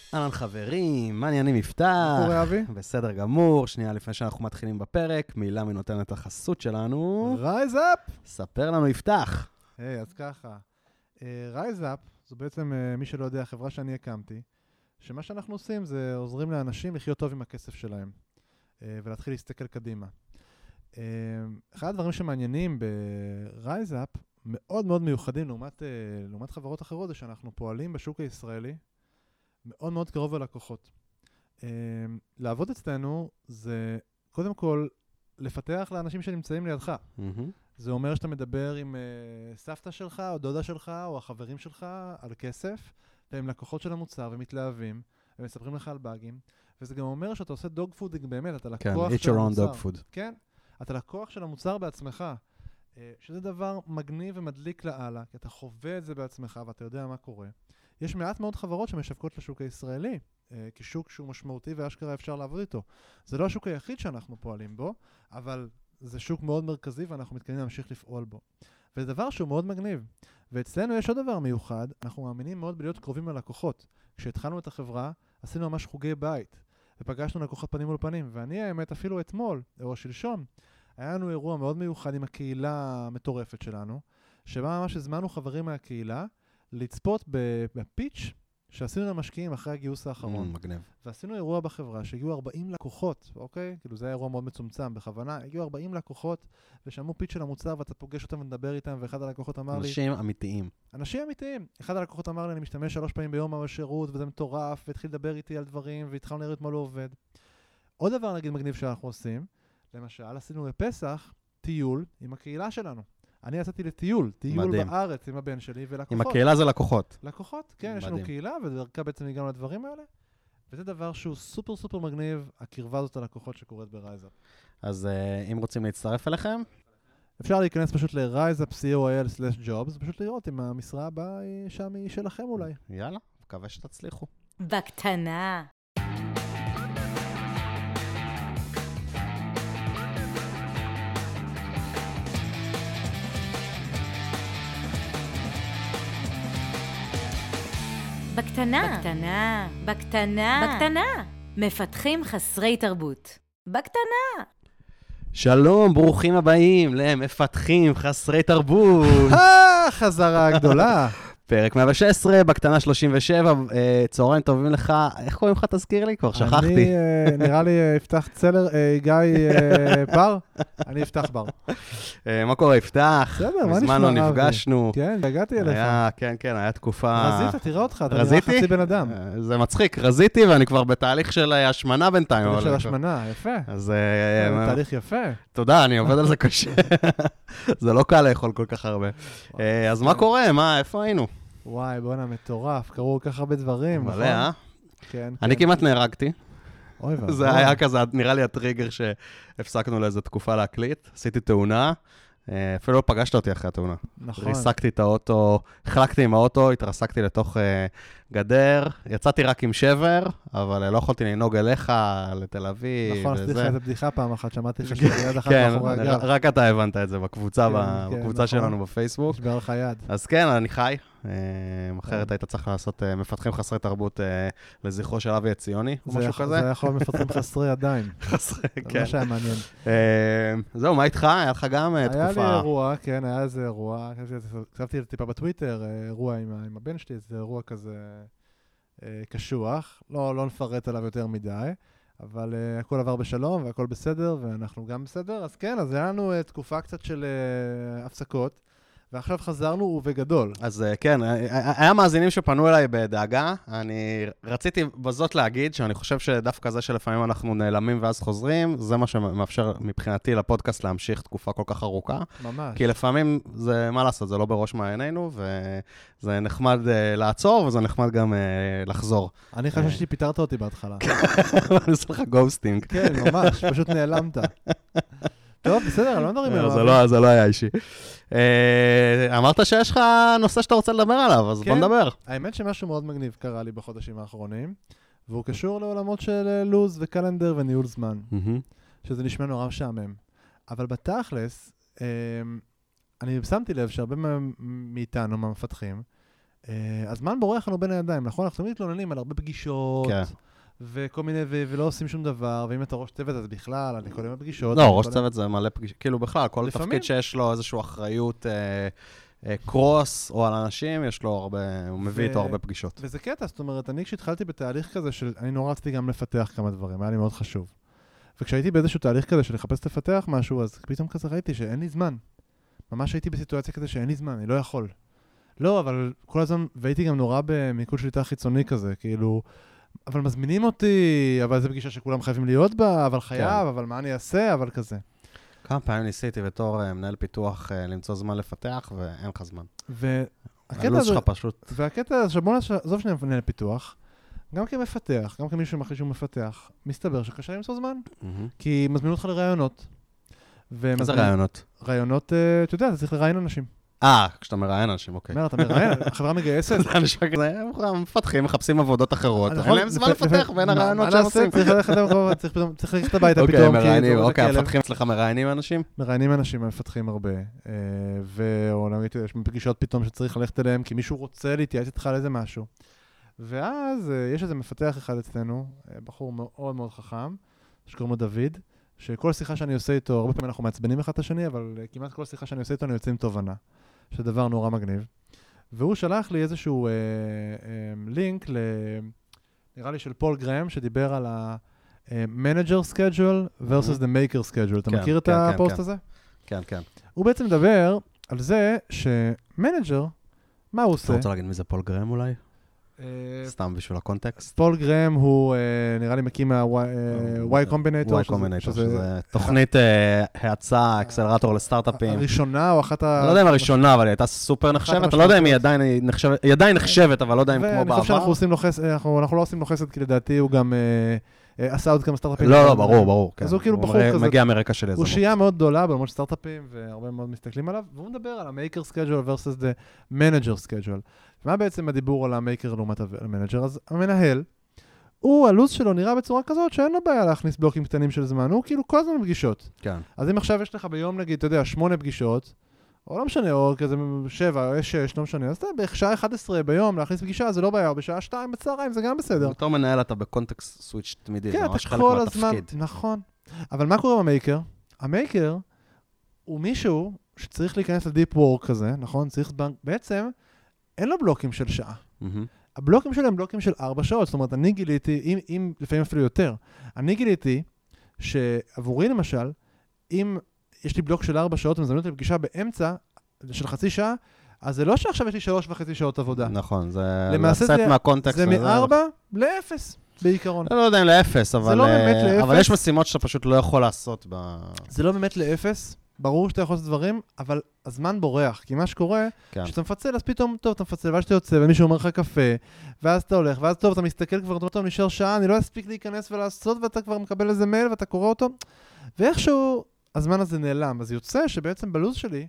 אהלן חברים, מה העניינים יפתח? מה קורה אבי? בסדר גמור, שנייה לפני שאנחנו מתחילים בפרק, מילה מנותנת החסות שלנו. רייז אפ! ספר לנו יפתח. אז ככה, רייז אפ זו בעצם, מי שלא יודע, חברה שאני הקמתי, שמה שאנחנו עושים זה עוזרים לאנשים לחיות טוב עם הכסף שלהם, ולהתחיל להסתכל קדימה. אחד הדברים שמעניינים ברייז אפ, מאוד מאוד מיוחדים לעומת חברות אחרות, זה שאנחנו פועלים בשוק הישראלי, מאוד מאוד קרוב ללקוחות. לעבוד אצלנו זה קודם כל לפתח לאנשים שנמצאים לידך. זה אומר שאתה מדבר עם סבתא שלך או דודה שלך או החברים שלך על כסף, והם לקוחות של המוצר ומתלהבים, הם מספרים לך על באגים, וזה גם אומר שאתה עושה דוג פודינג באמת, אתה לקוח של המוצר. כן, אתה לקוח של המוצר בעצמך, שזה דבר מגניב ומדליק לאללה, כי אתה חווה את זה בעצמך ואתה יודע מה קורה. יש מעט מאוד חברות שמשווקות לשוק הישראלי, כשוק שהוא משמעותי ואשכרה אפשר לעבוד איתו. זה לא השוק היחיד שאנחנו פועלים בו, אבל זה שוק מאוד מרכזי ואנחנו מתכוונים להמשיך לפעול בו. וזה דבר שהוא מאוד מגניב. ואצלנו יש עוד דבר מיוחד, אנחנו מאמינים מאוד בלהיות קרובים ללקוחות. כשהתחלנו את החברה, עשינו ממש חוגי בית, ופגשנו לקוחות פנים מול פנים, ואני האמת אפילו אתמול, או שלשום, היה לנו אירוע מאוד מיוחד עם הקהילה המטורפת שלנו, שבה ממש הזמנו חברים מהקהילה, לצפות בפיץ' שעשינו למשקיעים אחרי הגיוס האחרון. מגניב. ועשינו אירוע בחברה שהגיעו 40 לקוחות, אוקיי? כאילו זה היה אירוע מאוד מצומצם בכוונה. הגיעו 40 לקוחות ושמעו פיץ' של המוצר ואתה פוגש אותם ונדבר איתם, ואחד הלקוחות אמר לי... אנשים אמיתיים. אנשים אמיתיים. אחד הלקוחות אמר לי, אני משתמש 3 פעמים ביום בשירות וזה מטורף, והתחיל לדבר איתי על דברים והתחלנו לראות מה לא עובד. עוד דבר נגיד מגניב שאנחנו עושים, למשל, עשינו בפסח טיול עם הקהילה שלנו. אני יצאתי לטיול בארץ עם הבן שלי ולקוחות. עם הקהילה זה לקוחות. לקוחות, כן, יש לנו קהילה, ודרכה בעצם הגענו לדברים האלה. וזה דבר שהוא סופר סופר מגניב, הקרבה הזאת הלקוחות שקורית ברייז אפ. אז אם רוצים להצטרף אליכם? אפשר להיכנס פשוט ל-riseup.co.il/jobs, פשוט לראות אם המשרה הבאה שם היא שלכם אולי. יאללה, מקווה שתצליחו. בקטנה. בקטנה, בקטנה, בקטנה, בקטנה. מפתחים חסרי תרבות. בקטנה. שלום, ברוכים הבאים למפתחים חסרי תרבות. חזרה הגדולה. פרק 116, בקטנה 37, צהריים טובים לך. איך קוראים לך? תזכיר לי, כבר שכחתי. נראה לי יפתח צלר, גיא בר. אני יפתח בר. מה קורה, יפתח? בסדר, מה נשמע? מזמן לא נפגשנו. כן, הגעתי אליך. כן, היה תקופה... רזית, תראה אותך, אתה נראה חצי בן אדם. זה מצחיק, רזיתי ואני כבר בתהליך של השמנה בינתיים. תהליך של השמנה, יפה. אז... תהליך יפה. תודה, אני עובד על זה קשה. זה לא קל לאכול כל כך הרבה. אז מה קורה? איפה היינו? וואי, בואנה, מטורף, קראו כל כך הרבה דברים, נכון? מלא, כן. אני כמעט נהרגתי. אוי ואבוי. זה היה כזה, נראה לי הטריגר שהפסקנו לאיזו תקופה להקליט. עשיתי תאונה, אפילו לא פגשת אותי אחרי התאונה. נכון. ריסקתי את האוטו, החלקתי עם האוטו, התרסקתי לתוך גדר, יצאתי רק עם שבר, אבל לא יכולתי לנהוג אליך, לתל אביב. נכון, עשיתי לך איזו בדיחה פעם אחת, שמעתי לך שביד אחת מאחורי הגב. רק אתה הבנת את זה בקבוצה שלנו בפייסבוק. נשבר לך יד. אז כן, אני חי. אחרת היית צריך לעשות מפתחים חסרי תרבות לזכרו של אבי הציוני, או משהו כזה. זה היה יכול מפתחים חסרי עדיין. חסרי, כן. זה מה שהיה מעניין. זהו, מה איתך? היה לך גם תקופה? היה לי אירוע, כן, היה איזה אירוע. כתבתי טיפה בטוויטר, אירוע עם הבן שלי, זה אירוע כזה קשוח. לא נפרט עליו יותר מדי, אבל הכל עבר בשלום והכל בסדר, ואנחנו גם בסדר. אז כן, אז היה לנו תקופה קצת של הפסקות. ועכשיו חזרנו ובגדול. אז כן, היה מאזינים שפנו אליי בדאגה. אני רציתי בזאת להגיד שאני חושב שדווקא זה שלפעמים אנחנו נעלמים ואז חוזרים, זה מה שמאפשר מבחינתי לפודקאסט להמשיך תקופה כל כך ארוכה. ממש. כי לפעמים זה, מה לעשות, זה לא בראש מעיינינו, וזה נחמד לעצור, וזה נחמד גם לחזור. אני חושב שפיתרת אותי בהתחלה. אני עושה לך גוסטינג. כן, ממש, פשוט נעלמת. טוב, בסדר, אני לא מדברים עליו. זה לא היה אישי. אמרת שיש לך נושא שאתה רוצה לדבר עליו, אז בוא נדבר. האמת שמשהו מאוד מגניב קרה לי בחודשים האחרונים, והוא קשור לעולמות של לוז וקלנדר וניהול זמן, שזה נשמע נורא משעמם. אבל בתכלס, אני שמתי לב שהרבה מאיתנו, מהמפתחים, הזמן בורח לנו בין הידיים, נכון? אנחנו תמיד מתלוננים על הרבה פגישות, וכל מיני, ולא עושים שום דבר, ואם אתה ראש צוות, אז בכלל, אני כל יום בפגישות. לא, ראש צוות זה מלא פגישות, כאילו בכלל, כל תפקיד שיש לו איזושהי אחריות קרוס או על אנשים, יש לו הרבה, הוא מביא איתו הרבה פגישות. וזה קטע, זאת אומרת, אני כשהתחלתי בתהליך כזה של, אני נורא רציתי גם לפתח כמה דברים, היה לי מאוד חשוב. וכשהייתי באיזשהו תהליך כזה של לחפש לפתח משהו, אז פתאום כזה ראיתי שאין לי זמן. ממש הייתי בסיטואציה כזה שאין לי זמן, אני לא יכול. לא, אבל כל הזמן, והייתי גם נורא במיקוד שליטה חיצוני כזה, כאילו, אבל מזמינים אותי, אבל זו פגישה שכולם חייבים להיות בה, אבל חייב, אבל מה אני אעשה, אבל כזה. כמה פעמים ניסיתי בתור מנהל פיתוח למצוא זמן לפתח, ואין לך זמן. והקטע שלך פשוט. והקטע, שבוא נעזוב שנייה מנהל פיתוח, גם כמפתח, גם כמישהו שמחליט שהוא מפתח, מסתבר שקשה למצוא זמן, כי מזמינים אותך לרעיונות. איזה רעיונות? רעיונות, אתה יודע, אתה צריך לראיין אנשים. כשאתה מראיין אנשים, אוקיי. אתה מראיין, החברה מגייסת. זה אנשים כזה, מפתחים, מחפשים עבודות אחרות, אין להם זמן לפתח בין הרעיונות שהם עושים. צריך ללכת הביתה פתאום. אוקיי, המפתחים אצלך מראיינים אנשים? מראיינים אנשים, מפתחים הרבה. יש פגישות פתאום שצריך ללכת אליהם, כי מישהו רוצה להתייעץ איתך על איזה משהו. ואז יש איזה מפתח אחד אצלנו, בחור מאוד מאוד חכם, שקוראים לו דוד, שכל שיחה שאני עושה איתו, הרבה פעמים אנחנו מעצבנים אחד את השני, אבל כמעט כל שיחה שאני עושה איתו אני יוצא עם תובנה, שזה דבר נורא מגניב. והוא שלח לי איזשהו לינק, נראה לי של פול גרם, שדיבר על ה-manager schedule versus the maker schedule. אתה מכיר את הפוסט הזה? כן, כן. הוא בעצם מדבר על זה שמנג'ר, מה הוא עושה? אתה רוצה להגיד מי זה פול גרם אולי? סתם בשביל הקונטקסט. פול גרם הוא, נראה לי, מקים מה-Y Combinator. Y Combinator, שזה תוכנית האצה, אקסלרטור לסטארט-אפים. הראשונה או אחת לא יודע אם הראשונה, אבל היא הייתה סופר נחשבת. לא יודע אם היא עדיין נחשבת, אבל לא יודע אם כמו בעבר. ואני חושב שאנחנו עושים לו חסד, אנחנו לא עושים לו חסד, כי לדעתי הוא גם עשה עוד כמה סטארט-אפים. לא, ברור. אז הוא כאילו בחור כזה. מגיע מרקע של איזה. הוא שיעה מאוד גדולה בעולמות של סטארט-אפים, והרבה מאוד מסתכלים עליו, והוא מדבר על ה-maker schedule versus the manager schedule. מה בעצם הדיבור על המייקר לעומת המנג'ר? אז המנהל, הלו"ז שלו נראה בצורה כזאת שאין לו בעיה להכניס בלוקים קטנים של זמן, הוא כאילו כל הזמן בפגישות. כן. אז אם עכשיו יש לך ביום, נגיד, אתה יודע, 8 פגישות, או לא משנה, או כזה 7 או 6, לא משנה, אז אתה בשעה 11 ביום להכניס פגישה, זה לא בעיה, או בשעה 2 בצהריים, זה גם בסדר. בתור מנהל אתה בקונטקסט סוויץ' תמידי, כן, זה ממש אתה חלק כל מהתפקיד. הזמן, נכון. אבל מה קורה במייקר? המייקר הוא מישהו שצריך להיכנס לדיפ וורק כזה, נכון? צריך בעצם אין לו בלוקים של שעה. הבלוקים שלהם הם בלוקים של 4 שעות. זאת אומרת, אני גיליתי, אם לפעמים אפילו יותר, אני גיליתי שעבורי למשל, אם יש לי בלוק של 4 שעות ומזמנים אותי לפגישה באמצע של חצי שעה, אז זה לא שעכשיו יש לי 3.5 שעות עבודה. נכון, זה למעשה לצאת מהקונטקסט. זה מ-4 ל-0 בעיקרון. לא יודע אם ל-0, אבל יש משימות שאתה פשוט לא יכול לעשות. זה לא באמת ל-0. ברור שאתה יכול לעשות דברים, אבל הזמן בורח, כי מה שקורה, שאתה מפצל, אז פתאום, טוב, אתה מפצל, ואז שאתה יוצא, ומישהו אומר לך קפה, ואז אתה הולך, ואז טוב, אתה מסתכל כבר, טוב, נשאר שעה, אני לא אספיק להיכנס ולעשות, ואתה כבר מקבל איזה מייל, ואתה קורא אותו, ואיכשהו הזמן הזה נעלם. אז יוצא שבעצם בלוז שלי,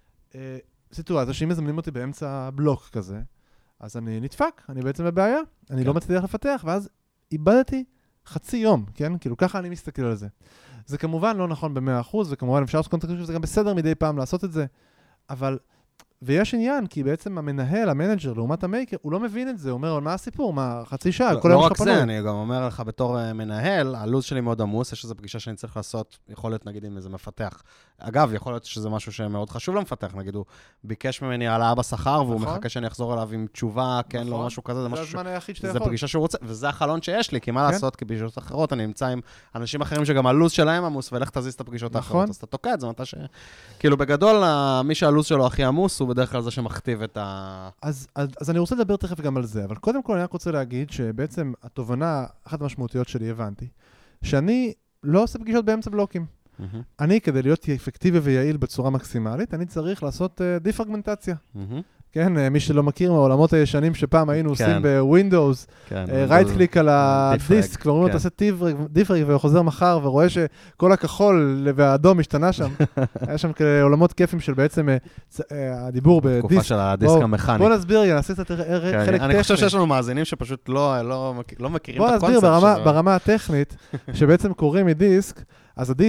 סיטואציה, שאם מזמנים אותי באמצע בלוק כזה, אז אני נדפק, אני בעצם בבעיה, אני לא מצליח לפתח, ואז איבדתי חצי יום, כן? כאילו, ככה אני מסתכל על זה. זה כמובן לא נכון ב100%, וכמובן אפשר לעשות קונטקסט, זה גם בסדר מדי פעם לעשות את זה, אבל, ויש עניין, כי בעצם המנהל, המנג'ר, לעומת המייקר, הוא לא מבין את זה, הוא אומר, מה הסיפור? מה, חצי שעה? לא רק זה, אני גם אומר לך בתור מנהל, הלו"ז שלי מאוד עמוס, יש איזו פגישה שאני צריך לעשות, יכול להיות נגיד עם איזה מפתח. אגב, יכול להיות שזה משהו שמאוד חשוב למפתח, נגיד הוא ביקש ממני העלאה בשכר, והוא מחכה שאני אחזור אליו עם תשובה, כן, לא משהו כזה, זה פגישה שהוא רוצה, וזה החלון שיש לי, כי מה לעשות, כי בפגישות אחרות אני נמצא עם אנשים אחרים שגם הלו"ז שלהם עמוס, ולך תזיז את הפגישות האחרות, אז אתה תוקע את זה, כאילו בגדול, מי שהלו"ז שלו הכי עמוס, הוא בדרך כלל זה שמכתיב את ה... אז אני רוצה לדבר תכף גם על זה, אבל קודם כל אני רק רוצה להגיד שבעצם התובנה, אחת המשמעותיות שלי הבנתי, שאני לא עושה פגישות באמצע בלוקים. אני, כדי להיות אפקטיבי ויעיל בצורה מקסימלית, אני צריך לעשות דיפרגמנטציה. כן, מי שלא מכיר מהעולמות הישנים שפעם היינו עושים בווינדוס, רייט קליק על הדיסק, ואומרים לו, תעשה דיפרג וחוזר מחר, ורואה שכל הכחול והאדום השתנה שם. היה שם עולמות כיפים של בעצם הדיבור בדיסק. תקופה של הדיסק המכני. בוא נסביר, נעשה קצת חלק טכני. אני חושב שיש לנו מאזינים שפשוט לא מכירים את הקונספט. בוא נסביר ברמה הטכנית, שבעצם קוראים מדיסק, אז הדיסק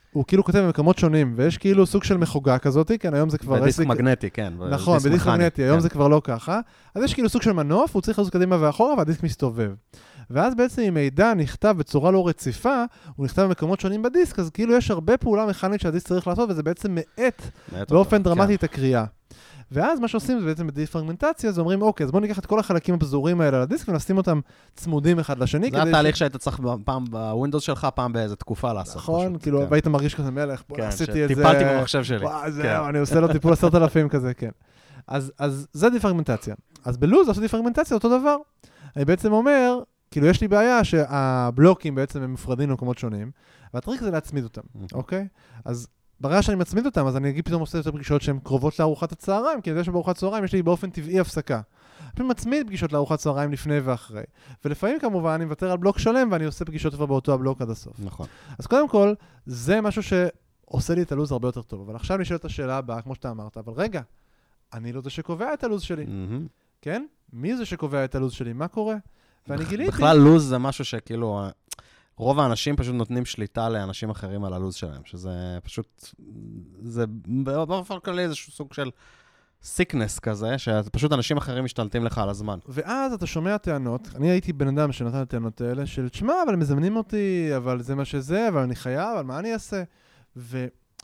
הוא כאילו כותב במקומות שונים, ויש כאילו סוג של מחוגה כזאת, כן, היום זה כבר... בדיסק מגנטי, כן. נכון, בדיסק מגנטי, היום זה כבר לא ככה. אז יש כאילו סוג של מנוף, הוא צריך לזוז קדימה ואחורה, והדיסק מסתובב. ואז בעצם אם מידע נכתב בצורה לא רציפה, הוא נכתב במקומות שונים בדיסק, אז כאילו יש הרבה פעולה מכנית שהדיסק צריך לעשות, וזה בעצם מאט באופן דרמטי את הקריאה. ואז מה שעושים זה בעצם בדיפרגמנטציה, זה אומרים, אוקיי, אז בואו ניקח את כל החלקים הפזורים האלה על הדיסק, ונשים אותם צמודים אחד לשני. זה התהליך שהיית צריך פעם בווינדוס שלך, פעם באיזה תקופה לעשות. נכון, כאילו, והיית מרגיש כזה מלך, בוא עשיתי את זה. טיפלתי במחשב שלי. וואי, זהו, אני עושה לו טיפול 10,000 כזה, כן. אז זה דיפרגמנטציה. אז בלוז לעשות דיפרגמנטציה אותו דבר. אני בעצם אומר, כאילו, יש לי בעיה שהבלוקים בעצם הם מופרדים למקומות שונים, והטריק זה להצמיד אותם, אוקיי? אז ברגע שאני מצמיד אותם, אז אני אגיד פתאום עושה יותר פגישות שהן קרובות לארוחת הצהריים, כי אני יודע שבארוחת צהריים יש לי באופן טבעי הפסקה. אני מצמיד פגישות לארוחת צהריים לפני ואחרי. ולפעמים כמובן אני מוותר על בלוק שלם, ואני עושה פגישות כבר באותו הבלוק עד הסוף. נכון. אז קודם כל, זה משהו שעושה לי את הלוז הרבה יותר טוב. אבל עכשיו נשאל את השאלה הבאה, כמו שאתה אמרת, אבל רגע, אני לא זה שקובע את הלוז שלי. כן? מי זה שקובע את הלוז שלי? מה קורה? ואני גיליתי... בכלל לוז זה משהו שכאילו... רוב האנשים פשוט נותנים שליטה לאנשים אחרים על הלוז שלהם, שזה פשוט, זה באופן כללי איזשהו סוג של סיקנס כזה, שפשוט אנשים אחרים משתלטים לך על הזמן. ואז אתה שומע טענות, אני הייתי בן אדם שנתן את הטענות האלה, של תשמע, אבל הם מזמנים אותי, אבל זה מה שזה, אבל אני חייב, אבל מה אני אעשה? ובא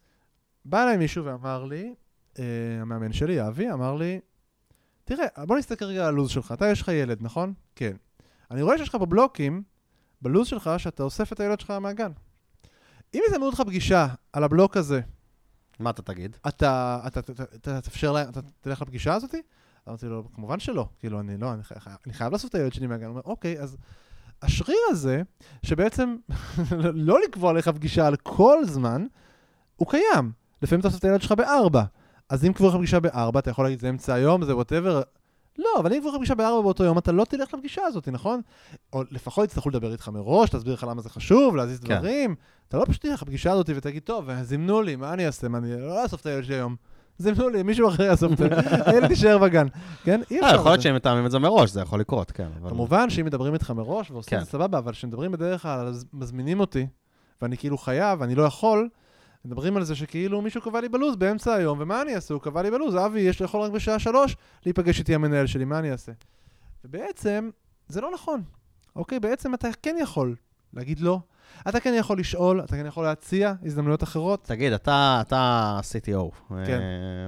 אליי מישהו ואמר לי, המאמן שלי, אבי, אמר לי, תראה, בוא נסתכל רגע על הלוז שלך, אתה יש לך ילד, נכון? כן. אני רואה שיש לך בבלוקים, בלוז שלך, שאתה אוסף את הילד שלך מהגן. אם יזמנו אותך פגישה על הבלוק הזה, מה אתה תגיד? אתה תאפשר להם, אתה תלך לפגישה הזאת? אמרתי לו, כמובן שלא. כאילו, אני חייב לאסוף את הילד שלי מהגן. הוא אומר, אוקיי, אז השריר הזה, שבעצם לא לקבוע לך פגישה על כל זמן, הוא קיים. לפעמים אתה אוסף את הילד שלך ב-4. אז אם קבוע לך פגישה ב-4, אתה יכול להגיד, זה אמצע היום, זה whatever. לא, אבל אם כבר פגישה ב-4 באותו יום, אתה לא תלך לפגישה הזאת, נכון? או לפחות יצטרכו לדבר איתך מראש, תסביר לך למה זה חשוב, להזיז דברים. אתה לא פשוט תלך לפגישה הזאת ותגיד, טוב, זימנו לי, מה אני אעשה? אני לא אאסוף את הילד שלי היום. זימנו לי, מישהו אחר יאסוף את הילד, יישאר בגן. כן? יכול להיות שהם מתאמים את זה מראש, זה יכול לקרות, כן. כמובן שאם מדברים איתך מראש ועושים את זה סבבה, אבל כשמדברים בדרך כלל, מזמינים אותי, ואני כאילו חייב, ואני לא יכול, מדברים על זה שכאילו מישהו קבע לי בלוז באמצע היום, ומה אני אעשה? הוא קבע לי בלוז, אבי, יש לי יכול רק בשעה 3 להיפגש איתי המנהל שלי, מה אני אעשה? ובעצם, זה לא נכון. אוקיי, בעצם אתה כן יכול להגיד לא. אתה כן יכול לשאול, אתה כן יכול להציע הזדמנויות אחרות. תגיד, אתה CTO. כן.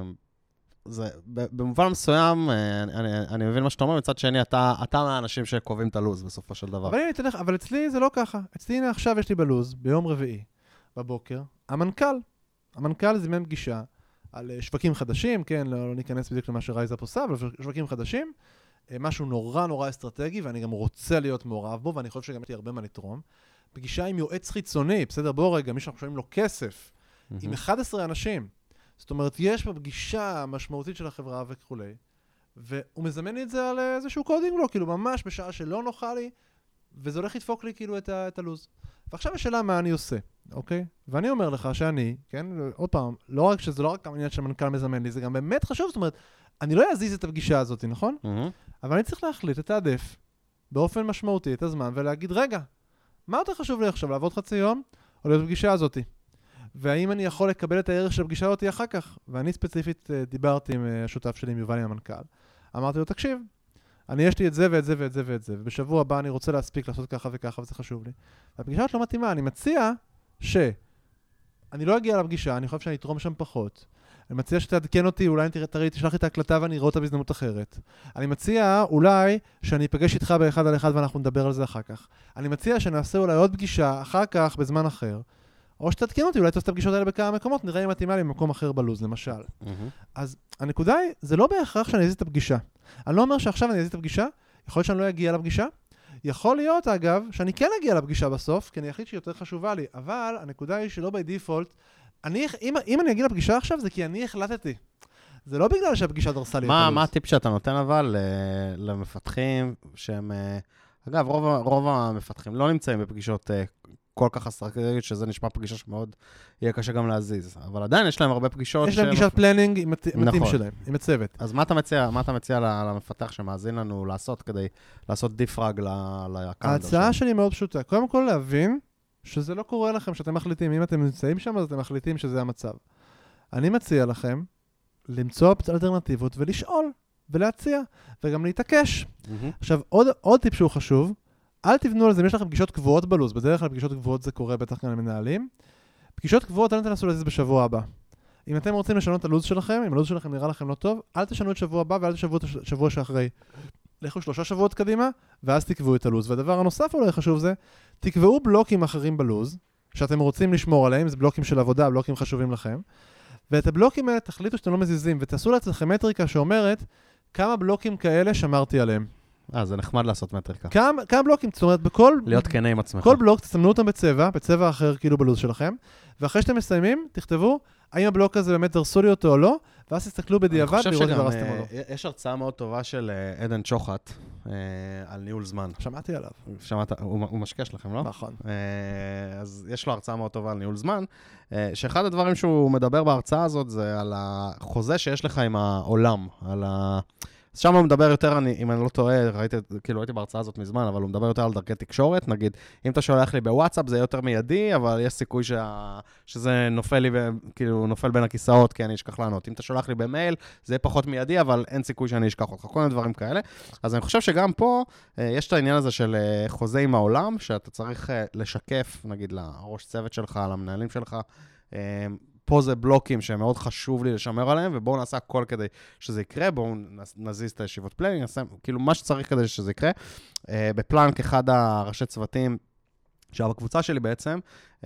במובן מסוים, אני מבין מה שאתה אומר, מצד שני, אתה מהאנשים שקובעים את הלוז בסופו של דבר. אבל אצלי זה לא ככה. אצלי הנה עכשיו יש לי בלוז, ביום רביעי, בבוקר, המנכ"ל זימן פגישה על שווקים חדשים, כן, לא ניכנס בדיוק למה שרייזאפ עושה, אבל שווקים חדשים, משהו נורא אסטרטגי, ואני גם רוצה להיות מעורב בו, ואני חושב שגם יש לי הרבה מה לתרום. פגישה עם יועץ חיצוני, בסדר, בוא רגע, מי שאנחנו שומעים לו כסף, עם 11 אנשים. זאת אומרת, יש פה פגישה משמעותית של החברה וכולי, והוא מזמן לי את זה על איזשהו קודינג לו, כאילו ממש בשעה שלא נוחה לי, וזה הולך לדפוק לי כאילו את הלוז. ועכשיו השאלה מה אני עושה, אוקיי? ואני אומר לך שאני, כן, עוד פעם, לא רק שזה לא רק העניין שהמנכ"ל מזמן לי, זה גם באמת חשוב, זאת אומרת, אני לא אזיז את הפגישה הזאת, נכון? אבל אני צריך להחליט, לתעדף באופן משמעותי את הזמן ולהגיד, רגע, מה יותר חשוב לי עכשיו, לעבוד חצי יום או להיות בפגישה הזאת? והאם אני יכול לקבל את הערך של הפגישה הזאת אחר כך? ואני ספציפית דיברתי עם השותף שלי, עם יובל, עם המנכ"ל. אמרתי לו, תקשיב, יש לי את זה ואת זה ואת זה ואת זה, ובשבוע הבא אני רוצה להספיק לעשות ככה וככה, וזה חשוב לי. והפגישה הזאת לא מתאימה, אני מציע שאני לא אגיע לפגישה, אני חושב שאני אתרום שם פחות. אני מציע שתעדכן אותי, אולי תשלח לי את ההקלטה ואני אראה אותה בהזדמנות אחרת. אני מציע אולי שאני אפגש איתך באחד על אחד ואנחנו נדבר על זה אחר כך. אני מציע שנעשה אולי עוד פגישה אחר כך בזמן אחר, או שתעדכן אותי, אולי תעשה את הפגישות האלה בכמה מקומות, נראה אם מתאימה לי במקום אחר בלוז, למשל. אז הנקודה היא, זה לא בהכרח שאני אזיז את הפגישה. אני לא אומר שעכשיו אני אזיז את הפגישה, יכול להיות שאני לא אגיע לפגישה, יכול להיות, אגב, שאני כן אגיע לפגישה בסוף, כי אני אחליט שהיא יותר חשובה לי, אבל הנקודה היא שלא by default, אם אני אגיע לפגישה עכשיו, זה כי אני החלטתי. זה לא בגלל שהפגישה דרסה לי את הלוז. מה הטיפ שאתה נותן אבל למפתחים שהם, אגב, רוב המפתחים לא נמצאים בפגישות כל כך אסטרטגיות, שזה נשמע פגישה שמאוד יהיה קשה גם להזיז. אבל עדיין יש להם הרבה פגישות. יש להם פגישת פלנינג עם הטים שלהם, עם הצוות. אז מה אתה מציע למפתח שמאזין לנו לעשות כדי לעשות דיפרג לקלנדר? ההצעה שלי מאוד פשוטה. קודם כל להבין שזה לא קורה לכם, שאתם מחליטים. אם אתם נמצאים שם, אז אתם מחליטים שזה המצב. אני מציע לכם למצוא אלטרנטיבות ולשאול ולהציע, וגם להתעקש. עכשיו, עוד טיפ שהוא חשוב, אל תבנו על זה, אם יש לכם פגישות קבועות בלוז, בדרך כלל פגישות קבועות זה קורה בטח גם למנהלים, פגישות קבועות אל תנסו להזיז בשבוע הבא. אם אתם רוצים לשנות את הלוז שלכם, אם הלוז שלכם נראה לכם לא טוב, אל תשנו את שבוע הבא ואל תשנו את שבוע שאחרי. לכו 3 שבועות קדימה, ואז תקבעו את הלוז. והדבר הנוסף אולי חשוב זה, תקבעו בלוקים אחרים בלוז, שאתם רוצים לשמור עליהם, זה בלוקים של עבודה, בלוקים חשובים לכם, ואת הבלוקים האלה תחליטו שאתם לא מזיזים, ותעשו לעצמכם מטריקה שאומרת כמה בלוקים כאלה שמרתי עליהם. זה נחמד לעשות מטריקה. כמה בלוקים, זאת אומרת, בכל... להיות כנה עם עצמך. כל בלוק, תסמנו אותם בצבע אחר כאילו בלוז שלכם, ואחרי שאתם מסיימים, תכתבו, האם הבלוק הזה באמת דרסו לי אותו או לא, ואז תסתכלו בדיעבד לראות אם הרסתם או לא. יש הרצאה מאוד טובה של עדן שוחט על ניהול זמן. שמעתי עליו. הוא משקיע שלכם, לא? נכון. אז יש לו הרצאה מאוד טובה על ניהול זמן, שאחד הדברים שהוא מדבר בהרצאה הזאת זה על החוזה שיש לך עם העולם, על ה... אז שם הוא מדבר יותר, אם אני לא טועה, הייתי בהרצאה הזאת מזמן, אבל הוא מדבר יותר על דרכי תקשורת, נגיד, אם אתה שולח לי בוואטסאפ זה יותר מיידי, אבל יש סיכוי שזה נופל לי, כאילו נופל בין הכיסאות, כי אני אשכח לענות. אם אתה שולח לי במייל, זה יהיה פחות מיידי, אבל אין סיכוי שאני אשכח אותך, כל מיני דברים כאלה. אז אני חושב שגם פה, יש את העניין הזה של חוזה עם העולם, שאתה צריך לשקף, נגיד, לראש צוות שלך, למנהלים שלך, פה זה בלוקים שהם מאוד חשוב לי לשמר עליהם, ובואו נעשה הכל כדי שזה יקרה, בואו נזיז את הישיבות פלנינג, נעשה כאילו מה שצריך כדי שזה יקרה. בפלנק אחד הראשי צוותים, שהיה בקבוצה שלי בעצם,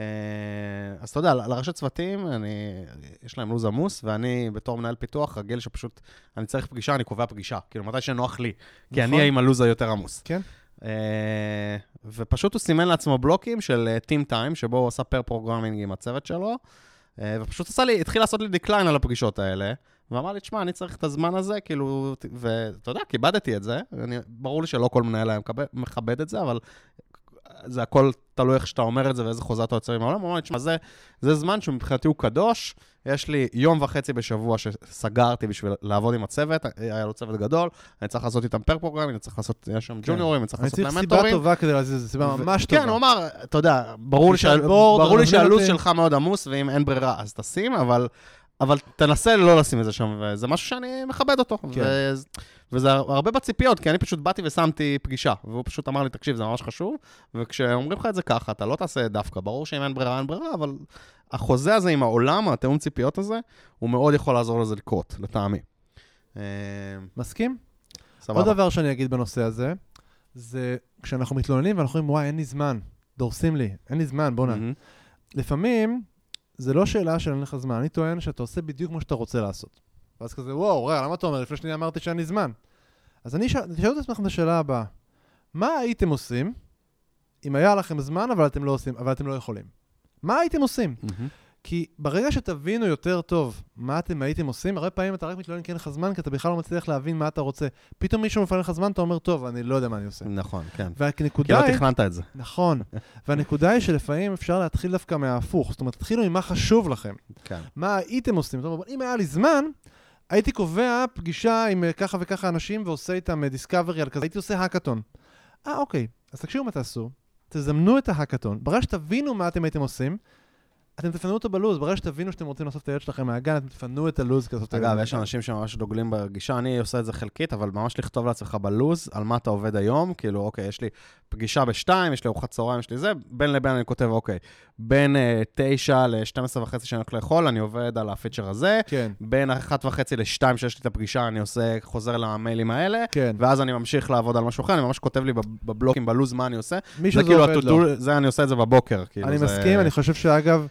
אז אתה יודע, לראשי צוותים, יש להם לוז עמוס, ואני בתור מנהל פיתוח רגיל שפשוט, אני צריך פגישה, אני קובע פגישה, כאילו מתי שנוח לי, כי אני עם הלוז היותר עמוס. כן. ופשוט הוא סימן לעצמו בלוקים של טים טיים, שבו הוא עשה פר פרוגרמינג עם הצוות שלו, ופשוט התחיל לעשות לי דקליין על הפגישות האלה, ואמר לי, תשמע, אני צריך את הזמן הזה, כאילו, ואתה יודע, כיבדתי את זה, ברור לי שלא כל מנהל היה מכבד את זה, אבל זה הכל תלוי איך שאתה אומר את זה, ואיזה חוזה אתה יוצר עם העולם, הוא אמר לי, תשמע, זה זמן שמבחינתי הוא קדוש, יש לי 1.5 יום בשבוע שסגרתי בשביל לעבוד עם הצוות, היה לו צוות גדול, אני צריך לעשות איתם פר פרוגרמים, אני צריך לעשות, יש שם ג'וניורים, אני צריך לעשות להם מנטורים. אני צריך סיבה טובה כדי להזיז, זו סיבה ממש טובה. כן, הוא אמר, אתה יודע, ברור לי שהלו"ז שלך מאוד עמוס, ואם אין ברירה, אז תשים, אבל תנסה לא לשים את זה שם, וזה משהו שאני מכבד אותו. וזה הרבה בציפיות, כי אני פשוט באתי ושמתי פגישה, והוא פשוט אמר לי, תקשיב, זה ממש חשוב, וכשאומרים לך את זה ככה, אתה לא תעשה דווקא, ברור שאם אין ברירה, אין ברירה, אבל החוזה הזה עם העולם, התאום ציפיות הזה, הוא מאוד יכול לעזור לזה לקרות, לטעמי. מסכים? עוד דבר שאני אגיד בנושא הזה, זה כשאנחנו מתלוננים ואנחנו אומרים, וואי, אין לי זמן, דורסים לי, אין לי זמן, בוא נע. לפעמים, זה לא שאלה של אין לך זמן, אני טוען שאתה עושה בדיוק כמו שאתה רוצה לעשות. ואז כזה, וואו, רגע, למה אתה אומר? לפני שניה אמרתי שאין לי זמן. אז אני שואל את עצמכם את השאלה הבאה. מה הייתם עושים אם היה לכם זמן, אבל אתם לא עושים, אבל אתם לא יכולים? מה הייתם עושים? כי ברגע שתבינו יותר טוב מה אתם הייתם עושים, הרבה פעמים אתה רק מתלונן כי אין לך זמן, כי אתה בכלל לא מצליח להבין מה אתה רוצה. פתאום מישהו מפעיל לך זמן, אתה אומר, טוב, אני לא יודע מה אני עושה. נכון, כן. והנקודה כי לא תכננת את זה. נכון. והנקודה היא שלפעמים אפשר להתחיל דווקא מההפוך. זאת אומרת, תתחילו עם מה חשוב לכם. כן. מה הייתם עושים? זאת אומרת, אם היה לי זמן, הייתי קובע פגישה עם ככה וככה אנשים ועושה איתם דיסקאברי על כזה. הייתי עושה האקתון. אוקיי. אז תקשיבו מה תעשו. תזמנו את ההאקתון. ברגע שתבינו מה אתם הייתם עושים, אתם תפנו אותו בלוז, ברגע שתבינו שאתם רוצים לעשות את הילד שלכם מהגן, אתם תפנו את הלוז כזאת. אגב, יש אנשים שממש דוגלים בגישה, אני עושה את זה חלקית, אבל ממש לכתוב לעצמך בלוז, על מה אתה עובד היום, כאילו, אוקיי, יש לי פגישה ב-2, יש לי ארוחת צהריים, יש לי זה, בין לבין אני כותב, אוקיי, בין 9 ל-12:30 שאני הולך לאכול, אני עובד על הפיצ'ר הזה, כן. בין 1:30 ל-2 שיש לי את הפגישה, אני חוזר למיילים האלה, כן. ואז אני ממשיך לעבוד על משהו אחר, אני ממש כותב לי בבלוקים, בלוז, מה אני עושה. מישהו זה עובד לו. זה אני עושה את זה בבוקר. אני מסכים, אני חושב שאגב,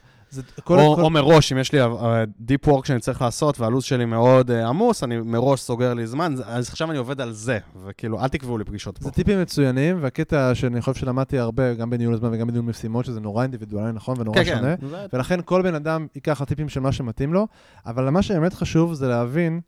או מראש, אם יש לי דיפ וורק שאני צריך לעשות, והלו"ז שלי מאוד עמוס, אני מראש סוגר לי זמן, אז עכשיו אני עובד על זה, וכאילו, אל תקבעו לי פגישות פה. זה טיפים מצוינים, והקטע שאני חושב שלמדתי הרבה, גם בניהול הזמן וגם בניהול משימות, שזה נורא אינדיבידואלי, נכון, ונורא שונה, ולכן כל בן אדם ייקח הטיפים של מה שמתאים לו, אבל מה שבאמת חשוב זה להבין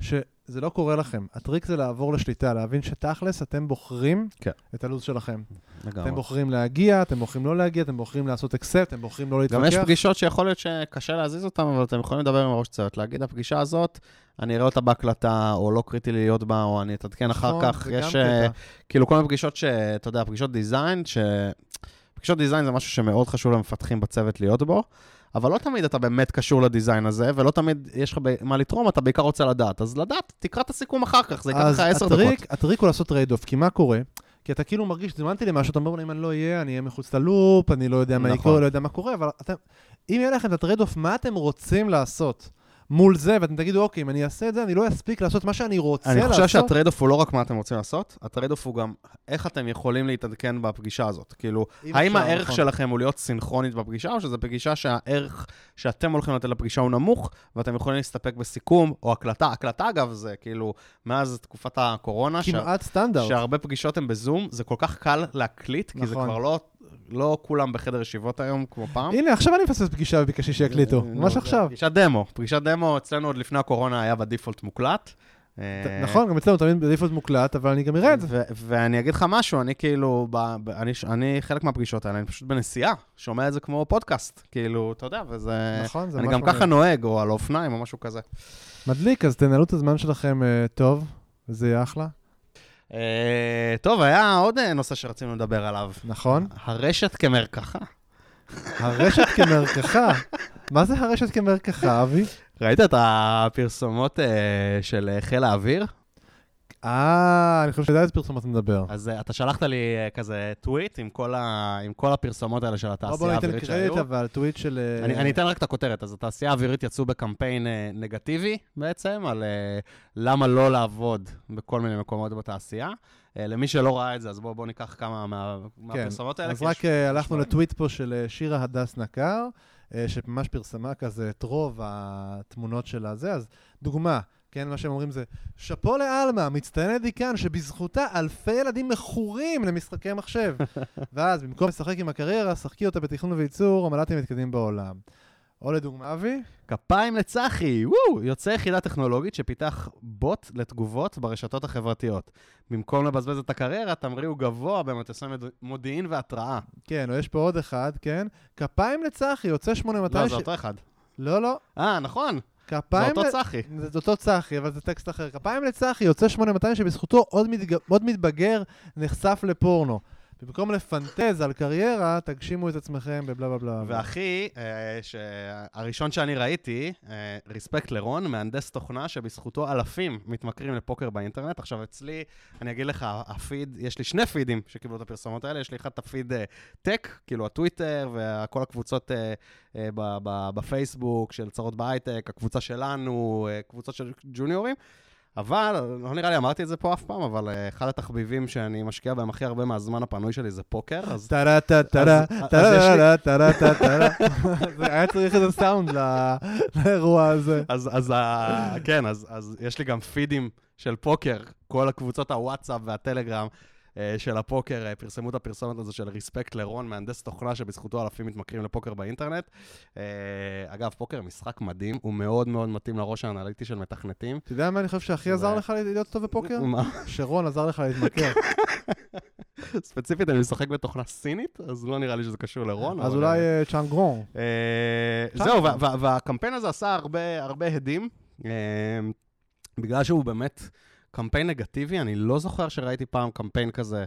שזה לא קורה לכם. הטריק זה לעבור לשליטה, להבין שתכלס אתם בוחרים את הלו"ז שלכם. אתם בוחרים להגיע, אתם בוחרים לא להגיע, אתם בוחרים לעשות אקספט, אתם בוחרים לא להתווכח. גם יש פגישות שיכול להיות שקשה להזיז אותם, אבל אתם יכולים לדבר עם הראש צוות, להגיד, הפגישה הזאת, אני אראה אותה בהקלטה, או לא קריטי להיות בה, או אני אתעדכן אחר כך. יש כאילו כל מיני פגישות שאתה יודע, פגישות דיזיין, פגישות דיזיין זה משהו שמאוד חשוב למפתחים בצוות להיות בו, אבל לא תמיד אתה באמת קשור לדיזיין הזה, ולא תמיד יש לך מה לתרום, אתה בעיקר רוצה לדעת. אז לדעת, תקרא את הסיכום אחר כך, זה ייקח לך 10 דקות. הטריק הוא לעשות טרייד-אוף, כי מה קורה? כי אתה כאילו מרגיש, זימנתי לי משהו, אתה אומר, אם אני לא אהיה, אני אהיה מחוץ ללופ, אני לא יודע מה יקרה, לא יודע מה קורה, אבל אם יהיה לכם את הטרייד-אוף, מה אתם רוצים לעשות מול זה, ואתם תגידו, אוקיי, אם אני אעשה את זה, אני לא אספיק לעשות מה שאני רוצה לעשות. אני חושב שהטרייד-אוף הוא לא רק מה אתם רוצים לעשות, הטרייד-אוף הוא גם איך אתם יכולים להתעדכן בפגישה הזאת. כאילו, האם הערך שלכם הוא להיות סינכרונית בפגישה, או שזו פגישה שהערך שאתם הולכים לתת לפגישה הוא נמוך, ואתם יכולים להסתפק בסיכום או הקלטה. הקלטה, אגב, זה כאילו, מאז תקופת הקורונה, כמעט סטנדרט. שהרבה פגישות הן בזום, זה כל כך קל להקליט, כי זה כבר לא כולם בחדר ישיבות היום כמו פעם. הנה, עכשיו אני מפספס פגישה וביקשתי שיקליטו. ממש עכשיו. פגישת דמו, אצלנו עוד לפני הקורונה היה בדיפולט מוקלט. נכון, גם אצלנו תמיד בדיפולט מוקלט, אבל אני גם אראה את זה. ואני אגיד לך משהו, אני כאילו, אני חלק מהפגישות האלה, אני פשוט בנסיעה, שומע את זה כמו פודקאסט, כאילו, אתה יודע, וזה... נכון, זה אני גם ככה נוהג, או על אופניים, או משהו כזה. מדליק, אז תנהלו את הזמן שלכם טוב, וזה יהיה אחלה. טוב, היה עוד נושא שרצינו לדבר עליו. נכון. הרשת כמרקחה. הרשת כמרקחה? מה זה הרשת כמרקחה, אבי? ראית את הפרסומות של חיל האוויר? אני חושב שידע איזה פרסומות נדבר. אז אתה שלחת לי כזה טוויט עם כל הפרסומות האלה של התעשייה האווירית שהיו. בוא ניתן קרדיט, אבל טוויט של... אני אתן רק את הכותרת. אז התעשייה האווירית יצאו בקמפיין נגטיבי בעצם, על למה לא לעבוד בכל מיני מקומות בתעשייה. למי שלא ראה את זה, אז בואו ניקח כמה מהפרסומות האלה. אז רק הלכנו לטוויט פה של שירה הדס נקר, שממש פרסמה כזה את רוב התמונות של הזה. אז דוגמה, כן, מה שהם אומרים זה, שפו לאלמה, מצטיינת דיקן, שבזכותה אלפי ילדים מכורים למשחקי מחשב. ואז במקום לשחק עם הקריירה, שחקי אותה בתכנון וייצור, המל"טים מתקדמים בעולם. או לדוגמה, אבי? כפיים לצחי, יוצא יחידה טכנולוגית שפיתח בוט לתגובות ברשתות החברתיות. במקום לבזבז את הקריירה, תמריאו גבוה במטוסי מודיעין והתראה. כן, או יש פה עוד אחד, כן? כפיים לצחי, יוצא 8200... לא, זה אותו אחד. לא. נכון. זה אותו צחי. זה אותו צחי, אבל זה טקסט אחר. כפיים לצחי, יוצא 8200 שבזכותו עוד מתבגר נחשף לפורנו. במקום לפנטז על קריירה, תגשימו את עצמכם בבלה בלה בלה. ואחי, הראשון שאני ראיתי, ריספקט לרון, מהנדס תוכנה שבזכותו אלפים מתמכרים לפוקר באינטרנט. עכשיו אצלי, אני אגיד לך, הפיד, יש לי 2 פידים שקיבלו את הפרסומות האלה, יש לי אחד את הפיד טק, כאילו הטוויטר וכל הקבוצות בפייסבוק של צרות בהייטק, הקבוצה שלנו, קבוצות של ג'וניורים. אבל, לא נראה לי, אמרתי את זה פה אף פעם, אבל אחד התחביבים שאני משקיע בהם הכי הרבה מהזמן הפנוי שלי זה פוקר. טרה טרה טרה טרה טרה טרה טרה. היה צריך איזה סאונד לאירוע הזה. כן, אז יש לי גם פידים של פוקר, כל הקבוצות הוואטסאפ והטלגרם של הפוקר, פרסמו את הפרסומת הזו של ריספקט לרון, מהנדס תוכנה שבזכותו אלפים מתמכרים לפוקר באינטרנט. אגב, פוקר משחק מדהים, הוא מאוד מאוד מתאים לראש האנליטי של מתכנתים. אתה יודע מה אני חושב שהכי עזר לך להיות טוב בפוקר? מה? שרון עזר לך להתמכר. ספציפית, אני משחק בתוכנה סינית, אז לא נראה לי שזה קשור לרון. אז אולי צ'אנגרון. זהו, והקמפיין הזה עשה הרבה הדים, בגלל שהוא באמת קמפיין נגטיבי. אני לא זוכר שראיתי פעם קמפיין כזה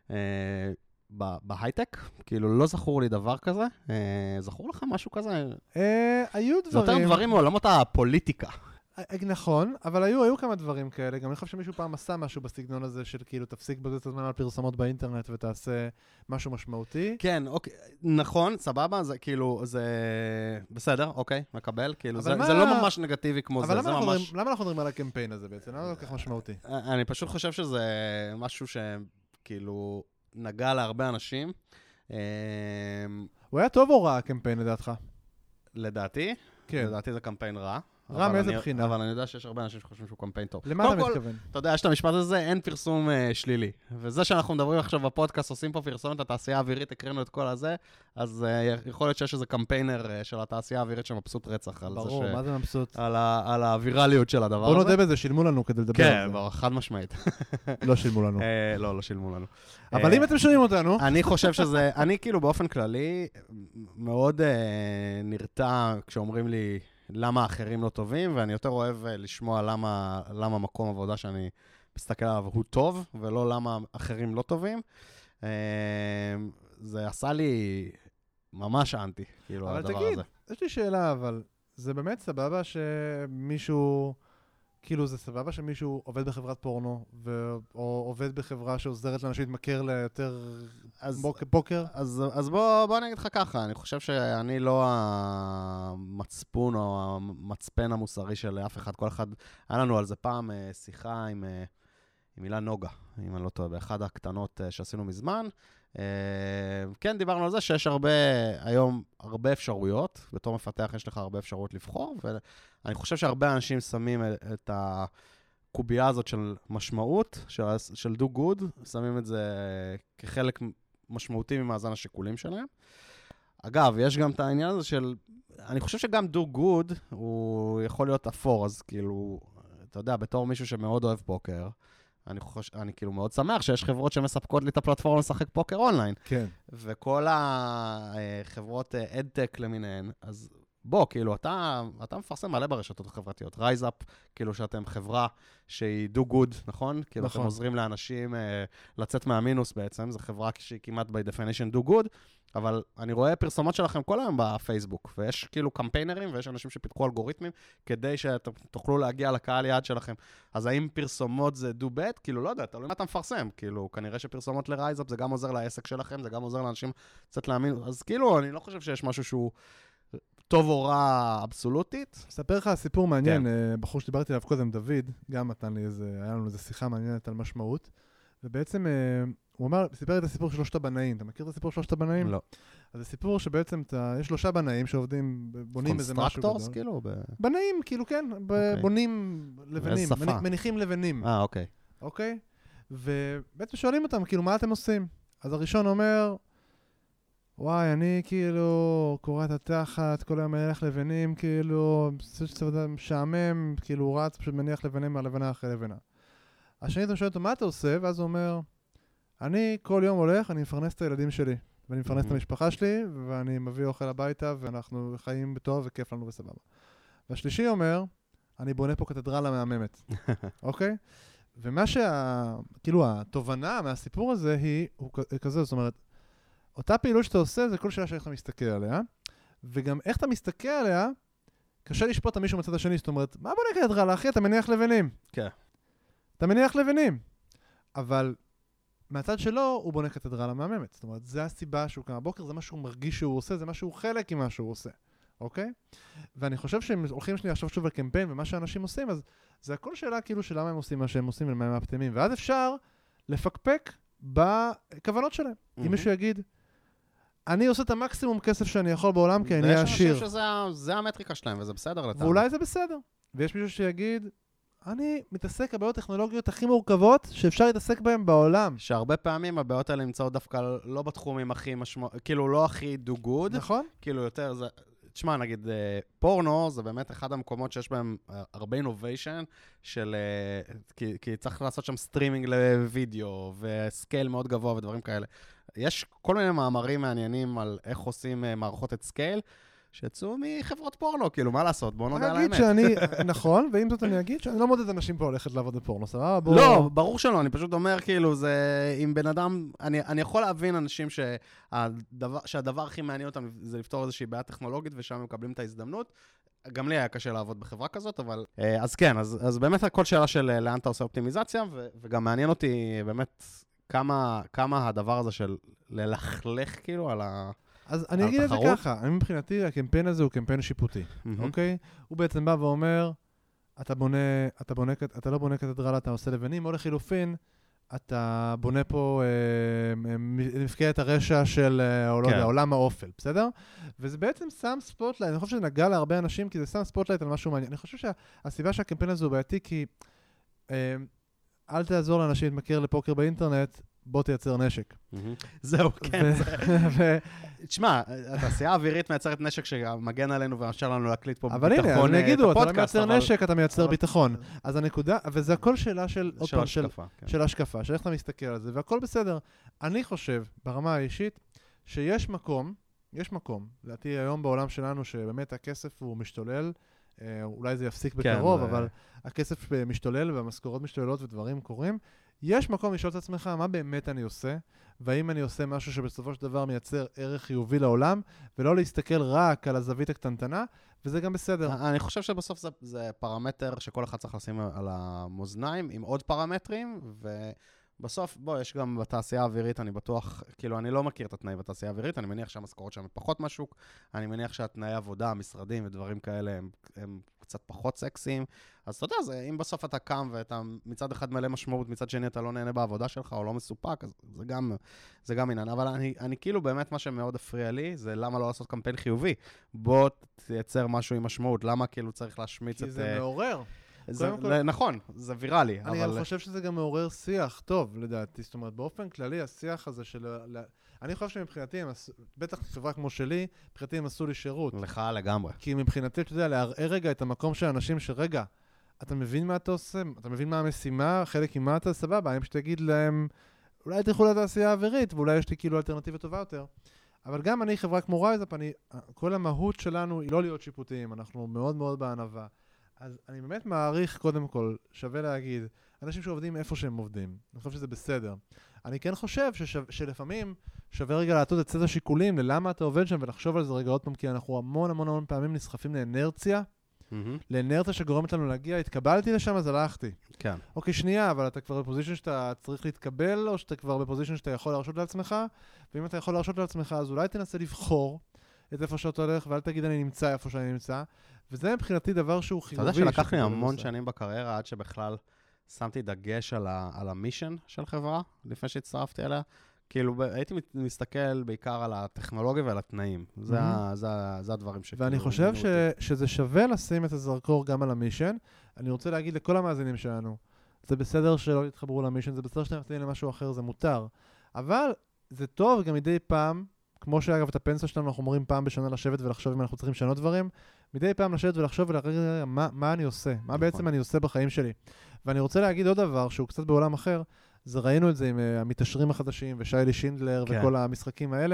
בהייטק, כאילו לא זכור לי דבר כזה. זכור לך משהו כזה? היו דברים. זה יותר דברים מעולמות הפוליטיקה. נכון, אבל היו כמה דברים כאלה. גם אני חושב שמישהו פעם עשה משהו בסגנון הזה של כאילו תפסיק בזה את הזמן על פרסומות באינטרנט ותעשה משהו משמעותי. כן, אוקיי, נכון, סבבה, זה כאילו, זה בסדר, אוקיי, מקבל, כאילו, זה לא ממש נגטיבי כמו זה, זה ממש... למה אנחנו מדברים על הקמפיין הזה בעצם? למה זה כל כך משמעותי? אני פשוט חושב שזה משהו שכאילו נגע להרבה אנשים. הוא היה טוב או רע הקמפיין לדעתך? לדעתי? כן. לדעתי זה קמפיין רע. רע מאיזה בחינה? אבל אני יודע שיש הרבה אנשים שחושבים שהוא קמפיין טוב. למה אתה מתכוון? אתה יודע, יש את המשפט הזה, אין פרסום שלילי. וזה שאנחנו מדברים עכשיו בפודקאסט, עושים פה פרסומת לתעשייה האווירית, הקראנו את כל הזה, אז יכול להיות שיש איזה קמפיינר של התעשייה האווירית שמבסוט רצח על זה. ברור, מה זה מבסוט? על האווירליות של הדבר הזה. בוא נודה בזה, שילמו לנו כדי לדבר על זה. כן, חד משמעית. לא שילמו לנו. לא שילמו לנו. אבל אם אתם שומעים אותנו... אני חושב שזה, אני כאילו באופן כללי מאוד נרתע כשאומרים לי למה האחרים לא טובים, ואני יותר אוהב לשמוע למה מקום עבודה שאני מסתכל עליו הוא טוב, ולא למה אחרים לא טובים. זה עשה לי ממש אנטי, כאילו, הדבר הזה. אבל תגיד, יש לי שאלה, אבל זה באמת סבבה שמישהו, כאילו זה סבבה שמישהו עובד בחברת פורנו, או עובד בחברה שעוזרת לאנשים להתמכר ליותר פוקר? אז בוא אני אגיד לך ככה, אני חושב שאני לא המצפון או המצפן המוסרי של אף אחד, כל אחד, היה לנו על זה פעם שיחה עם מילה נוגה, אם אני לא טועה, באחד הקטנות שעשינו מזמן. כן, דיברנו על זה שיש היום הרבה אפשרויות, בתור מפתח יש לך הרבה אפשרויות לבחור, ואני חושב שהרבה אנשים שמים את הקובייה הזאת של משמעות, של do good, שמים את זה כחלק משמעותי ממאזן השיקולים שלהם. אגב, יש גם את העניין הזה של, אני חושב שגם do good הוא יכול להיות אפור, אז כאילו, אתה יודע, בתור מישהו שמאוד אוהב פוקר, אני כאילו מאוד שמח שיש חברות שמספקות לי את הפלטפורמה לשחק פוקר אונליין. כן. וכל החברות אדטק למיניהן, אז בוא, כאילו, אתה מפרסם מלא ברשתות החברתיות. רייזאפ, כאילו שאתם חברה שהיא do good, נכון? כאילו, אתם עוזרים לאנשים לצאת מהמינוס בעצם, זו חברה שהיא כמעט by definition do good, אבל אני רואה פרסומות שלכם כל היום בפייסבוק, ויש כאילו קמפיינרים, ויש אנשים שפיתחו אלגוריתמים, כדי שאתם תוכלו להגיע לקהל יעד שלכם. אז האם פרסומות זה do bad? כאילו, לא יודע, תלוי מה אתה מפרסם. כאילו, כנראה שפרסומות לרייזאפ זה גם עוזר לעסק שלכם, זה גם עוזר לאנשים לצאת להמינוס. אז כאילו, אני לא חושב שיש משהו שהוא טוב או רע אבסולוטית. אספר לך סיפור מעניין, בחור שדיברתי עליו קודם, דוד, גם נתן לי היה לנו איזו שיחה מעניינת על משמעות, ובעצם הוא סיפר את הסיפור של שלושת הבנאים. אתה מכיר את הסיפור של שלושת הבנאים? לא. אז הסיפור שבעצם יש שלושה בנאים שעובדים, בונים איזה משהו גדול. קונסטרקטורס, כאילו? בנאים, כאילו, כן, בונים לבנים, מניחים לבנים. אוקיי. אוקיי? ובעצם שואלים אותם, כאילו, מה אתם עושים? אז הראשון אומר, וואי, אני כאילו קורא את התחת, כל היום מניח לבנים, כאילו, משעמם, כאילו הוא רץ, פשוט מניח לבנים מהלבנה אחרי לבנה. השני אתה שואל אותו, מה אתה עושה? ואז הוא אומר, אני כל יום הולך, אני מפרנס את הילדים שלי, ואני מפרנס את המשפחה שלי, ואני מביא אוכל הביתה, ואנחנו חיים בטוב וכיף לנו וסבבה. והשלישי אומר, אני בונה פה קתדרלה מהממת, אוקיי? ומה כאילו התובנה מהסיפור הזה היא כזה, זאת אומרת, אותה פעילות שאתה עושה, זה כל שאלה שאיך אתה מסתכל עליה, וגם איך אתה מסתכל עליה, קשה לשפוט את מישהו מצד השני, זאת אומרת, מה בונה קתדרלה, אחי? אתה מניח לבנים. כן. אתה מניח לבנים. אבל מהצד שלו, הוא בונה קתדרלה מהממת. זאת אומרת, זה הסיבה שהוא קם בבוקר, זה מה שהוא מרגיש שהוא עושה, זה מה שהוא חלק ממה שהוא עושה. אוקיי? ואני חושב שהם הולכים שלי עכשיו שוב לקמפיין, ומה שאנשים עושים, אז זה הכל שאלה כאילו של למה הם עושים מה שהם עושים ולמה הם מפתימים. ואז אפשר לפקפק בכוונות שלהם. אם מישהו יגיד, אני עושה את המקסימום כסף שאני יכול בעולם, כי אני עשיר. ויש אנשים שזה המטריקה שלהם, וזה בסדר לטעם. ואולי זה בסדר. ויש מישהו שיגיד, אני מתעסק בבעיות טכנולוגיות הכי מורכבות שאפשר להתעסק בהן בעולם. שהרבה פעמים הבעיות האלה נמצאות דווקא לא בתחומים הכי כאילו לא הכי do good. נכון. כאילו יותר זה... תשמע, נגיד, פורנו זה באמת אחד המקומות שיש בהם הרבה innovation של... כי צריך לעשות שם סטרימינג לוידאו וסקייל מאוד גבוה ודברים כאלה. יש כל מיני מאמרים מעניינים על איך עושים מערכות את סקייל, שיצאו מחברות פורנו, כאילו, מה לעשות? בואו נודע על האמת. נכון, ועם זאת אני אגיד שאני לא מודד אנשים פה הולכת לעבוד בפורנו, סבבה? לא, ברור שלא, אני פשוט אומר, כאילו, זה, אם בן אדם, אני יכול להבין אנשים שהדבר הכי מעניין אותם זה לפתור איזושהי בעיה טכנולוגית, ושם הם מקבלים את ההזדמנות. גם לי היה קשה לעבוד בחברה כזאת, אבל... אז כן, אז באמת הכל שאלה של לאן אתה עושה אופטימיזציה, וגם מעניין אותי באמת כמה הדבר הזה של ללכלך, כאילו על ה... אז אני אגיד את זה ככה, מבחינתי הקמפיין הזה הוא קמפיין שיפוטי, אוקיי? הוא בעצם בא ואומר, אתה לא בונה קתדרלה, אתה עושה לבנים, או לחילופין, אתה בונה פה, מפקיע את הרשע של, או לא יודע, עולם האופל, בסדר? וזה בעצם שם ספוטלייט, אני חושב שזה נגע להרבה אנשים, כי זה שם ספוטלייט על משהו מעניין. אני חושב שהסיבה שהקמפיין הזה הוא בעייתי, כי אל תעזור לאנשים להתמכר לפוקר באינטרנט, בוא תייצר נשק. זהו, כן. תשמע, התעשייה האווירית מייצרת נשק שמגן עלינו ומאפשר לנו להקליט פה ביטחון. אבל הנה, אני אגידו, אתה לא מייצר נשק, אתה מייצר ביטחון. אז הנקודה, וזה הכל שאלה של השקפה, של איך אתה מסתכל על זה, והכל בסדר. אני חושב, ברמה האישית, שיש מקום, לדעתי היום בעולם שלנו, שבאמת הכסף הוא משתולל, אולי זה יפסיק בקרוב, אבל הכסף משתולל והמשכורות משתוללות ודברים קורים, יש מקום לשאול את עצמך מה באמת אני עושה, והאם אני עושה משהו שבסופו של דבר מייצר ערך חיובי לעולם, ולא להסתכל רק על הזווית הקטנטנה, וזה גם בסדר. אני חושב שבסוף זה פרמטר שכל אחד צריך לשים על המאזניים, עם עוד פרמטרים, ובסוף, יש גם בתעשייה האווירית, אני בטוח, כאילו, אני לא מכיר את התנאי בתעשייה האווירית, אני מניח שהמשכורות שם פחות משוק, אני מניח שהתנאי עבודה, המשרדים ודברים כאלה הם קצת פחות סקסיים, אז אתה יודע, אם בסוף אתה קם ואתה מצד אחד מלא משמעות, מצד שני אתה לא נהנה בעבודה שלך או לא מסופק, אז זה גם עניין. אבל אני כאילו באמת מה שמאוד הפריע לי, זה למה לא לעשות קמפיין חיובי. בוא תייצר משהו עם משמעות, למה כאילו צריך להשמיץ את... כי זה מעורר. נכון, זה ויראלי. אני גם חושב שזה גם מעורר שיח טוב, לדעתי. זאת אומרת, באופן כללי, השיח הזה של... אני חושב שמבחינתי, בטח חברה כמו שלי, מבחינתי הם עשו לי שירות. לך לגמרי. כי מבחינתי, אתה יודע, לערער רגע את המקום של האנשים שרגע, אתה מבין מה אתה עושה? אתה מבין מה המשימה? חלק עם מה אתה סבבה? אני שתגיד להם, אולי תלכו לתעשייה האווירית, ואולי יש לי כאילו אלטרנטיבה טובה יותר. אבל גם אני, חברה כמו רייזאפ, כל המהות שלנו היא לא להיות שיפוטיים, אנחנו מאוד מאוד בענווה. אז אני באמת מעריך, קודם כל, שווה להגיד, אנשים שעובדים איפה שהם עובדים. אני חושב שזה בסדר. אני כן חושב שלפעמים שווה רגע לעטות את צד השיקולים ללמה אתה עובד שם ולחשוב על זה רגע עוד פעם, כי אנחנו המון פעמים נסחפים לאנרציה, לאנרציה שגורמת לנו להגיע, התקבלתי לשם, אז הלכתי. כן. אוקיי, שנייה, אבל אתה כבר בפוזישן שאתה צריך להתקבל, או שאתה כבר בפוזישן שאתה יכול להרשות לעצמך, ואם אתה יכול להרשות לעצמך, אז אולי תנסה לבחור את איפה שאתה הולך, ואל תגיד אני נמצא איפה שאני נמצא, וזה מבחינתי דבר שהוא חיובי. אתה יודע שלקח לי המון שנים בקריירה, עד שבכלל שמתי דגש על המישן של חברה, לפני שהצטרפתי אליה. כאילו, הייתי מסתכל בעיקר על הטכנולוגיה ועל התנאים. זה הדברים שכאילו... ואני חושב שזה שווה לשים את הזרקור גם על המישן. אני רוצה להגיד לכל המאזינים שלנו, זה בסדר שלא תתחברו למישן, זה בסדר שאתם נפתים למשהו אחר, זה מותר. אבל זה טוב גם מדי פעם, כמו שאגב את הפנסיה שלנו, אנחנו אומרים פעם בשנה לשבת ולחשוב אם אנחנו צריכים לשנות דברים, מדי פעם לשבת ולחשוב ולרגע מה אני עושה, מה בעצם אני עושה בחיים שלי. ואני רוצה להגיד עוד דבר שהוא קצת בעולם אחר, זה ראינו את זה עם המתאשרים החדשים ושיילי שינדלר וכל המשחקים האלה.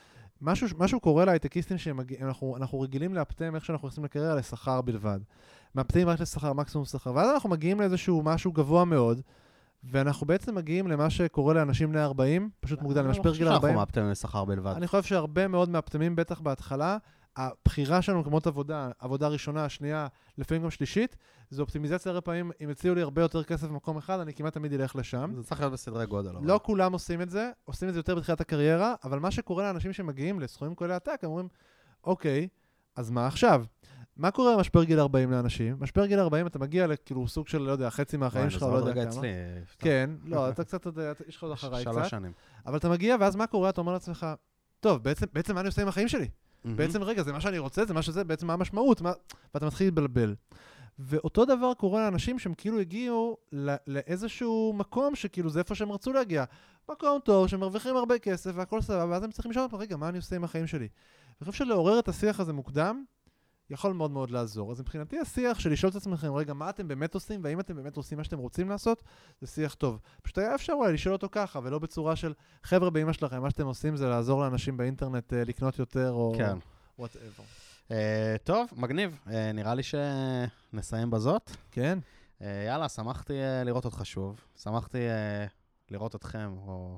משהו קורה להייטקיסטים שאנחנו רגילים להפתם איך שאנחנו עושים לקריירה לשכר בלבד. מאפתים רק לשכר, מקסימום שכר, ואז אנחנו מגיעים לאיזשהו משהו גבוה מאוד, ואנחנו בעצם מגיעים למה שקורה לאנשים בני 40, פשוט מוגדל למשבר גיל 40. אני חושב שאנחנו מאפתמים לשכר בלבד. אני חושב שהרבה מאוד מאפתמים בטח בהתחלה, הבחירה שלנו כמות עבודה ראשונה, השנייה, לפעמים גם שלישית, זה אופטימיזציה הרבה פעמים, אם הציעו לי הרבה יותר כסף במקום אחד, אני כמעט תמיד אלך לשם. זה צריך להיות בסדרי גודל. לא כולם עושים את זה יותר בתחילת הקריירה, אבל מה שקורה לאנשים שמגיעים לסכומים כאלה עתק, הם אומרים, אוקיי, אז מה עכשיו? מה קורה במשבר גיל 40 לאנשים? משבר גיל 40 אתה מגיע לכאילו סוג של, לא יודע, חצי מהחיים שלך, לא יודע כמה. כן, לא, אתה קצת, יש לך עוד אחריי קצת. 3 שנים. אבל אתה מגיע, ואז מה קורה? אתה אומר לעצמך, טוב, בעצם מה אני עושה עם החיים שלי? בעצם רגע, זה מה שאני רוצה, זה מה שזה, בעצם מה המשמעות, ואתה מתחיל להתבלבל. ואותו דבר קורה לאנשים שהם כאילו הגיעו לאיזשהו מקום שכאילו זה איפה שהם רצו להגיע. מקום טוב, שמרוויחים הרבה כסף והכל סבבה, ואז הם צריכים לשאול אותם, רגע, מה אני עושה עם החיים שלי? אני חושב שלעורר את השיח הזה מוקדם, יכול מאוד מאוד לעזור. אז מבחינתי השיח של לשאול את עצמכם, רגע, מה אתם באמת עושים, והאם אתם באמת עושים מה שאתם רוצים לעשות, זה שיח טוב. פשוט היה אפשר אולי לשאול אותו ככה, ולא בצורה של, חבר'ה באמא שלכם, מה שאתם עושים זה לעזור לאנשים באינטרנט לקנות יותר, או whatever. טוב, מגניב. נראה לי שנסיים בזאת. כן. יאללה, שמחתי לראות אותך שוב. שמחתי לראות אתכם, או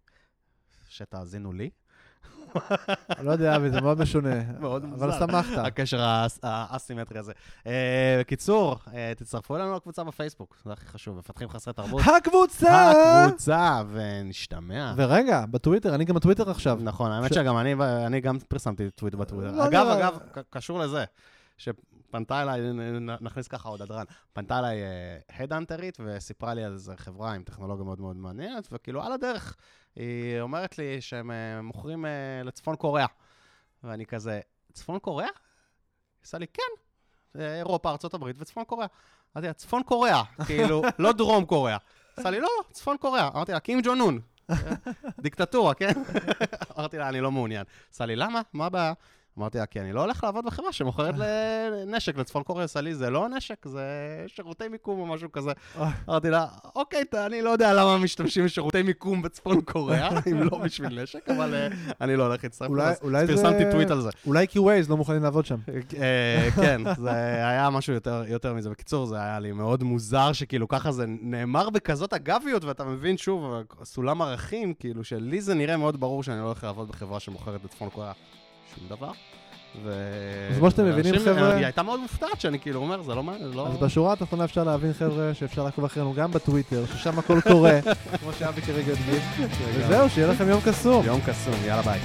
שתאזינו לי. אני לא יודע, אבל זה מאוד משונה. אבל שמחת. הקשר האסימטרי הזה. בקיצור, תצטרפו אלינו לקבוצה בפייסבוק. זה הכי חשוב. מפתחים חסרי תרבות. הקבוצה! ונשתמע. ורגע, בטוויטר, אני גם בטוויטר עכשיו. נכון, האמת שגם אני גם פרסמתי טוויט בטוויטר. אגב, קשור לזה, שפנתה אליי, נכניס ככה עוד אדרן, פנתה אליי הדהנטרית, וסיפרה לי על איזו חברה עם טכנולוגיה מאוד מאוד מעניינת, וכאילו על הדרך, היא אומרת לי שהם מוכרים לצפון קוריאה. ואני כזה, צפון קוריאה? היא עושה לי, כן, אירופה, ארצות הברית וצפון קוריאה. אמרתי לה, צפון קוריאה, כאילו, לא דרום קוריאה. עושה לי, לא, צפון קוריאה. אמרתי לה, קים ג'ון און. דיקטטורה, כן? אמרתי לה, אני לא מעוניין. עושה לי, למה? מה הבעיה? אמרתי לה, כי אני לא הולך לעבוד בחברה שמוכרת לנשק, לצפון קוריאה הישראלי, זה לא נשק, זה שירותי מיקום או משהו כזה. אמרתי לה, אוקיי, אני לא יודע למה משתמשים בשירותי מיקום בצפון קוריאה, אם לא בשביל נשק, אבל אני לא הולך להצטרף לזה. פרסמתי טוויט על זה. אולי כי ווייז לא מוכנים לעבוד שם. כן, זה היה משהו יותר מזה. בקיצור, זה היה לי מאוד מוזר שכאילו ככה זה נאמר בכזאת אגביות, ואתה מבין שוב, סולם ערכים, כאילו שלי זה נראה מאוד ברור שאני לא הולך לעבוד בחברה שמוכרת בצפון קוריאה שום דבר. אז כמו שאתם מבינים, חבר'ה... היא הייתה מאוד מופתעת שאני כאילו אומר, זה לא... אז בשורה התחתונה אפשר להבין, חבר'ה, שאפשר לעקוב אחרינו גם בטוויטר, ששם הכל קורה, כמו שאבי כרגע הדגיש. וזהו, שיהיה לכם יום קסום. יום קסום, יאללה ביי.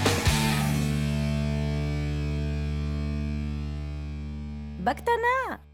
בקטנה.